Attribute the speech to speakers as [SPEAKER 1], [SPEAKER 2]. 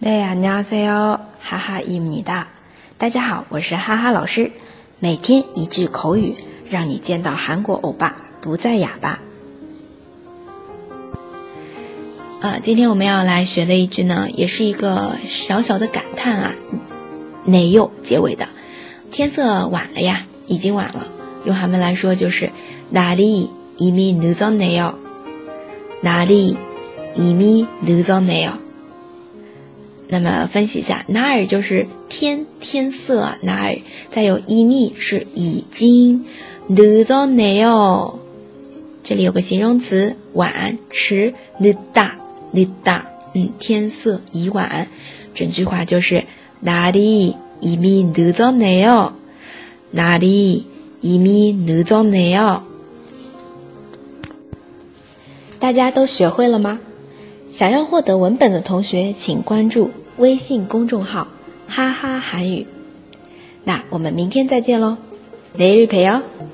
[SPEAKER 1] 네, 안녕하세요. 하하입니다. 大家好，我是哈哈老师。每天一句口语，让你见到韩国欧巴不再哑巴。今天我们要来学的一句呢，也是一个小小的感叹啊，哪又结尾的。天色晚了呀，已经晚了。用韩文来说就是날이 이미 늦었네요。날이 이미 늦었네요。那么分析一下，날就是天色，날再有이미是已经，늦었네요这里有个形容词晚迟，늦다，天色已晚。整句话就是날이 이미 늦었네요，날이 이미 늦었네요。大家都学会了吗？想要获得文本的同学，请关注微信公众号哈哈韩语。那我们明天再见喽，내일 봬요。